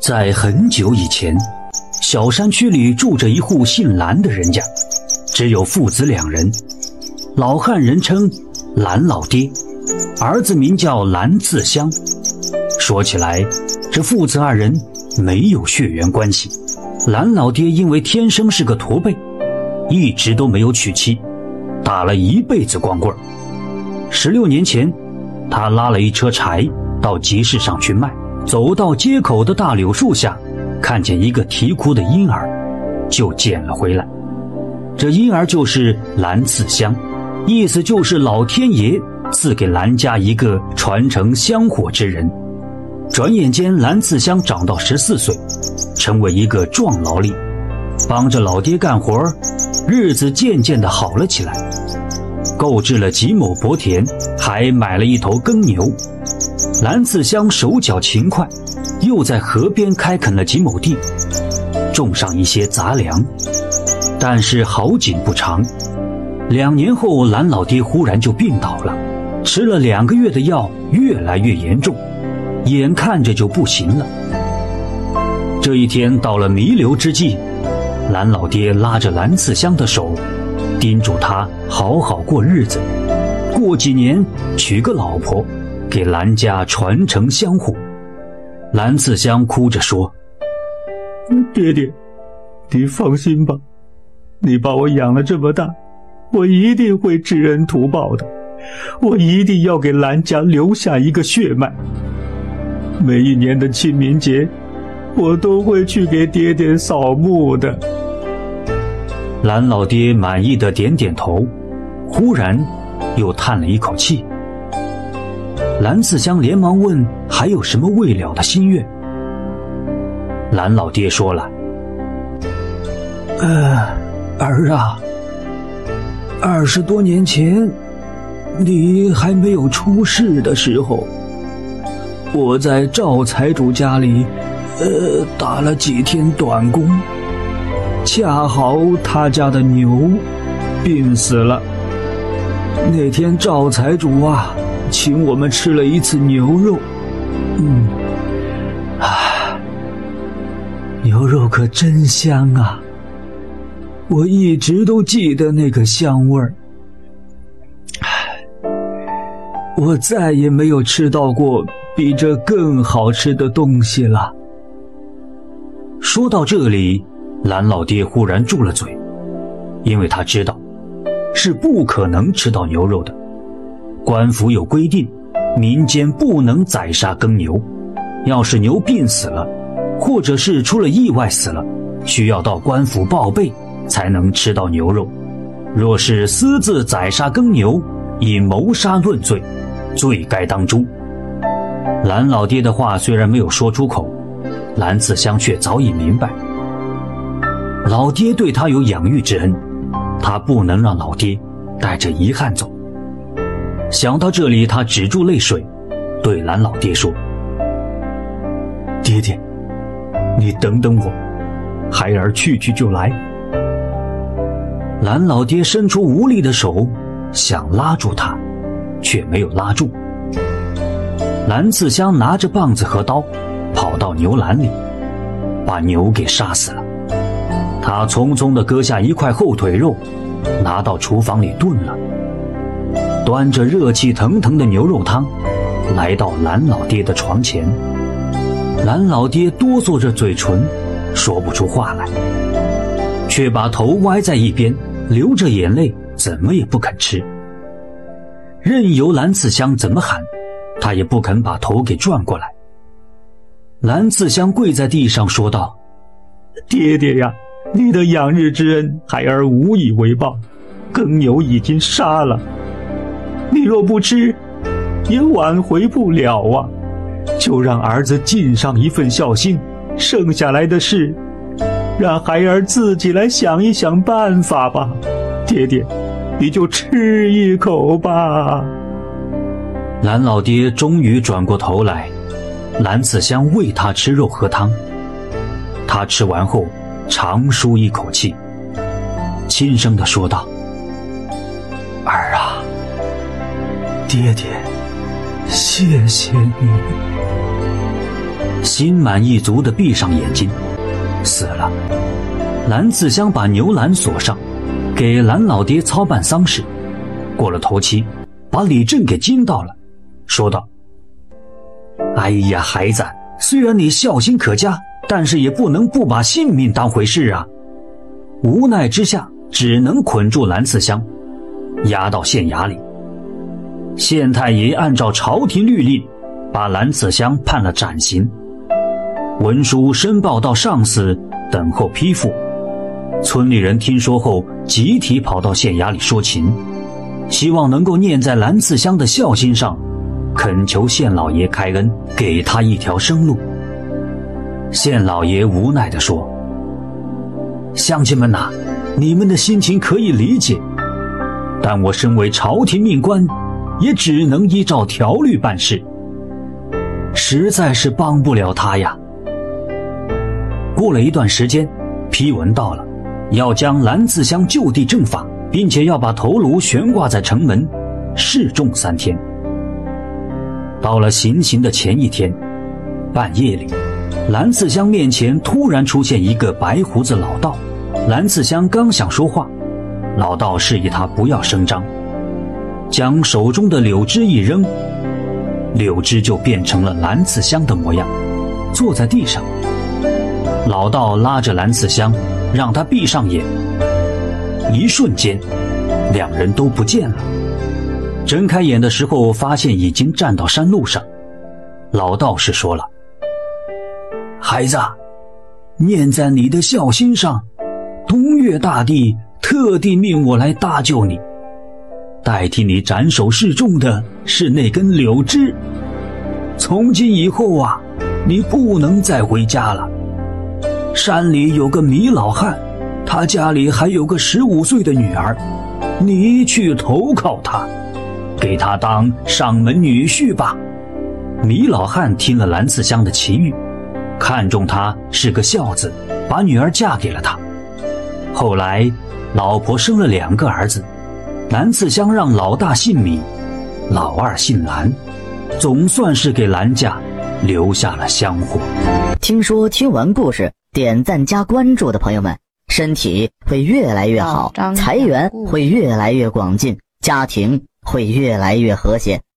在很久以前，小山区里住着一户姓蓝的人家，只有父子2人。老汉人称蓝老爹，儿子名叫蓝自香。说起来，这父子2人没有血缘关系。蓝老爹因为天生是个驼背，一直都没有娶妻，打了一辈子光棍。16年前，他拉了一车柴到集市上去卖，走到街口的大柳树下，看见一个啼哭的婴儿，就捡了回来。这婴儿就是蓝自香，意思就是老天爷赐给蓝家一个传承香火之人。转眼间，蓝自香长到14岁，成为一个壮劳力，帮着老爹干活，日子渐渐地好了起来。购置了几亩薄田，还买了一头耕牛。蓝自香手脚勤快，又在河边开垦了几亩地，种上一些杂粮。但是好景不长，2年后，蓝老爹忽然就病倒了，吃了2个月的药，越来越严重，眼看着就不行了。这一天到了弥留之际，蓝老爹拉着蓝自香的手，叮嘱他好好过日子，过几年娶个老婆，给蓝家传承香火。蓝自香哭着说： 爹爹，你放心吧，你把我养了这么大，我一定会知恩图报的，我一定要给蓝家留下一个血脉。每一年的清明节，我都会去给爹爹扫墓的。 蓝老爹满意的点点头，忽然又叹了一口气。蓝自香连忙问还有什么未了的心愿。蓝老爹说了： 儿啊，20多年前，你还没有出世的时候，我在赵财主家里，打了几天短工，恰好他家的牛病死了。那天赵财主啊，请我们吃了一次牛肉，牛肉可真香啊！我一直都记得那个香味儿。我再也没有吃到过比这更好吃的东西了。 说到这里，蓝老爹忽然住了嘴，因为他知道是不可能吃到牛肉的。官府有规定，民间不能宰杀耕牛，要是牛病死了，或者是出了意外死了，需要到官府报备才能吃到牛肉。若是私自宰杀耕牛，以谋杀论罪，罪该当诛。蓝老爹的话虽然没有说出口，蓝自香却早已明白，老爹对他有养育之恩，他不能让老爹带着遗憾走。想到这里，他止住泪水，对蓝老爹说： 爹爹，你等等我，孩儿去就来。 蓝老爹伸出无力的手，想拉住他，却没有拉住。蓝自香拿着棒子和刀，跑到牛栏里，把牛给杀死了。他匆匆地割下一块后腿肉，拿到厨房里炖了，端着热气腾腾的牛肉汤，来到蓝老爹的床前。蓝老爹哆嗦着嘴唇，说不出话来，却把头歪在一边，流着眼泪，怎么也不肯吃。任由蓝自香怎么喊，他也不肯把头给转过来。蓝自香跪在地上说道： 爹爹呀，你的养日之恩，孩儿无以为报，耕牛已经杀了，你若不吃，也挽回不了啊。就让儿子尽上一份孝心，剩下来的事，让孩儿自己来想一想办法吧。爹爹，你就吃一口吧。 蓝老爹终于转过头来，蓝自香喂他吃肉喝汤。他吃完后长舒一口气，轻声地说道： 儿啊，爹爹谢谢你。 心满意足地闭上眼睛，死了。蓝次香把牛栏锁上，给蓝老爹操办丧事。过了头七，把李正给惊到了，说道：哎呀，孩子，虽然你孝心可嘉，但是也不能不把性命当回事啊。无奈之下，只能捆住蓝次香，押到县衙里。县太爷按照朝廷律令，把蓝次香判了斩刑。文书申报到上司，等候批复。村里人听说后，集体跑到县衙里说情，希望能够念在蓝次香的孝心上，恳求县老爷开恩，给他一条生路。县老爷无奈地说：乡亲们呐，你们的心情可以理解，但我身为朝廷命官，也只能依照条律办事，实在是帮不了他呀。过了一段时间，批文到了，要将蓝次香就地正法，并且要把头颅悬挂在城门，示众3天。到了行刑的前一天，半夜里，蓝次香面前突然出现一个白胡子老道。蓝次香刚想说话，老道示意他不要声张，将手中的柳枝一扔，柳枝就变成了蓝次香的模样，坐在地上。老道拉着蓝次香，让他闭上眼。一瞬间，两人都不见了。睁开眼的时候，发现已经站到山路上。老道士说了：孩子，念在你的孝心上，东岳大帝特地命我来搭救你，代替你斩首示众的是那根柳枝。从今以后啊，你不能再回家了。山里有个糜老汉，他家里还有个15岁的女儿，你去投靠他，给他当上门女婿吧。糜老汉听了蓝次香的奇遇，看中他是个孝子，把女儿嫁给了他。后来老婆生了2个儿子，蓝次香让老大姓米，老二姓蓝，总算是给蓝家留下了香火。 听说听完故事点赞加关注的朋友们，身体会越来越好，财源会越来越广进，家庭会越来越和谐。